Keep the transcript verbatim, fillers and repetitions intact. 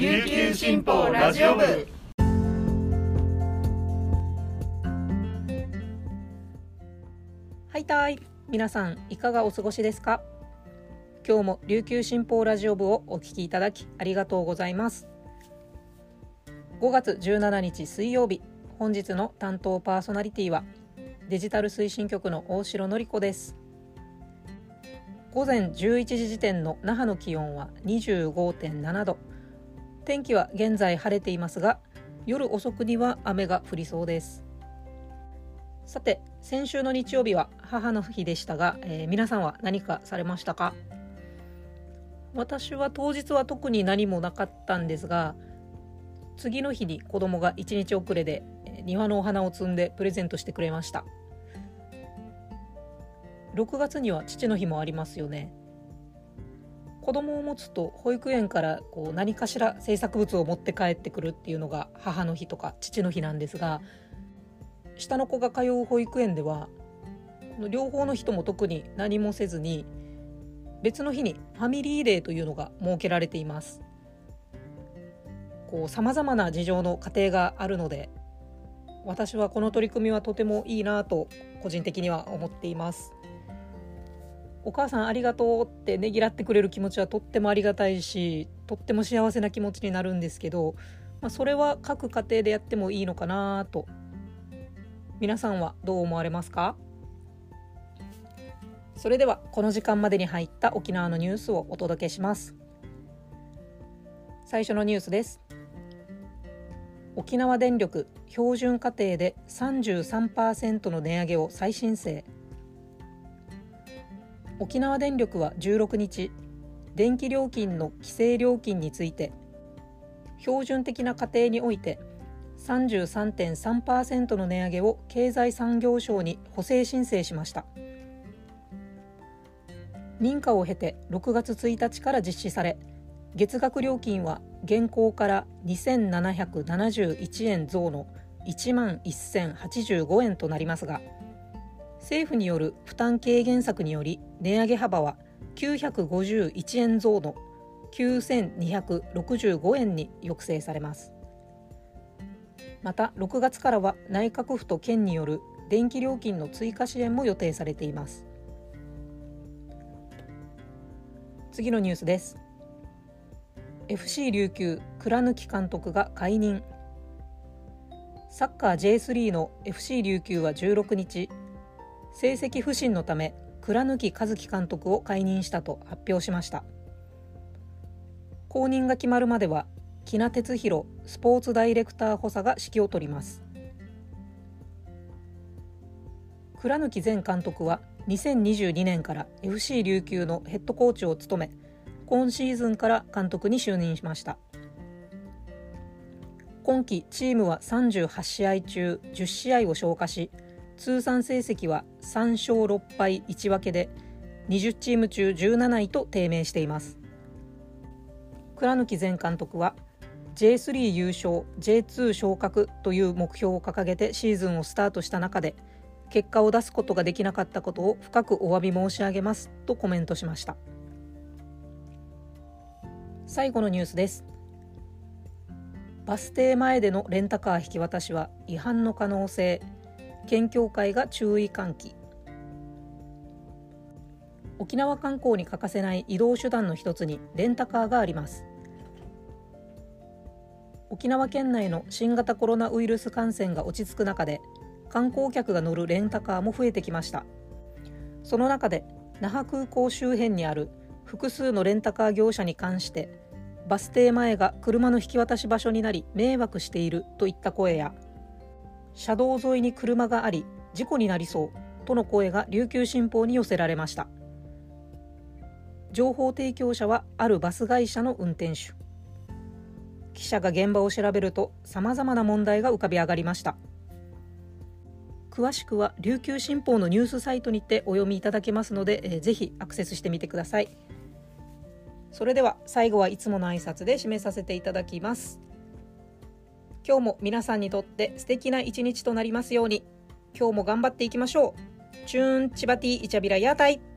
琉球新報ラジオ部。 はいたい、皆さんいかがお過ごしですか？今日も琉球新報ラジオ部をお聞きいただきありがとうございます。ごがつじゅうしちにち水曜日、本日の担当パーソナリティはデジタル推進局の大城典子です。午前じゅういちじ時点の那覇の気温は にじゅうごてんななど、天気は現在晴れていますが、夜遅くには雨が降りそうです。さて、先週の日曜日は母の日でしたが、えー、皆さんは何かされましたか？私は当日は特に何もなかったんですが、次の日に子供がいちにち遅れで庭のお花を摘んでプレゼントしてくれました。ろくがつには父の日もありますよね。子供を持つと保育園からこう何かしら制作物を持って帰ってくるっていうのが母の日とか父の日なんですが、下の子が通う保育園では両方の人も特に何もせずに、別の日にファミリーデーというのが設けられています。こう様々な事情の家庭があるので、私はこの取り組みはとてもいいなと個人的には思っています。お母さんありがとうってねぎらってくれる気持ちはとってもありがたいし、とっても幸せな気持ちになるんですけど、まあ、それは各家庭でやってもいいのかなと。皆さんはどう思われますか？それではこの時間までに入った沖縄のニュースをお届けします。最初のニュースです。沖縄電力標準家庭で さんじゅうさんパーセント の値上げを再申請。沖縄電力はじゅうろくにち、電気料金の規制料金について標準的な家庭において さんじゅうさんてんさんパーセント の値上げを経済産業省に補正申請しました。認可を経てろくがつついたちから実施され、月額料金は現行からにせんななひゃくななじゅういちえん増のいちまんせんはちじゅうごえんとなりますが、政府による負担軽減策により値上げ幅はきゅうひゃくごじゅういちえん増のきゅうせんにひゃくろくじゅうごえんに抑制されます。またろくがつからは内閣府と県による電気料金の追加支援も予定されています。次のニュースです。 エフシー 琉球倉貫監督が解任。サッカー ジェイスリー の エフシー 琉球はじゅうろくにち、成績不振のため倉貫和樹監督を解任したと発表しました。後任が決まるまでは喜納哲弘スポーツダイレクター補佐が指揮を執ります。倉貫前監督はにせんにじゅうにねんから エフシー 琉球のヘッドコーチを務め、今シーズンから監督に就任しました。今季チームはさんじゅうはちしあい中じゅっしあいを消化し、通算成績はさんしょうろっぱいいちぶけでにじゅうチーム中じゅうなないと低迷しています。倉貫前監督は ジェイスリー 優勝 ジェイツー 昇格という目標を掲げてシーズンをスタートした中で、結果を出すことができなかったことを深くお詫び申し上げますとコメントしました。最後のニュースです。バス停前でのレンタカー引き渡しは違反の可能性、県協会が注意喚起。沖縄観光に欠かせない移動手段の一つにレンタカーがあります。沖縄県内の新型コロナウイルス感染が落ち着く中で、観光客が乗るレンタカーも増えてきました。その中で那覇空港周辺にある複数のレンタカー業者に関して、バス停前が車の引き渡し場所になり迷惑しているといった声や、車道沿いに車があり事故になりそうとの声が琉球新報に寄せられました。情報提供者はあるバス会社の運転手。記者が現場を調べると様々な問題が浮かび上がりました。詳しくは琉球新報のニュースサイトにてお読みいただけますので、えー、ぜひアクセスしてみてください。それでは最後はいつもの挨拶で締めさせていただきます。今日も皆さんにとって素敵な一日となりますように。今日も頑張っていきましょう。チューンチバティイチャビラヤータイ。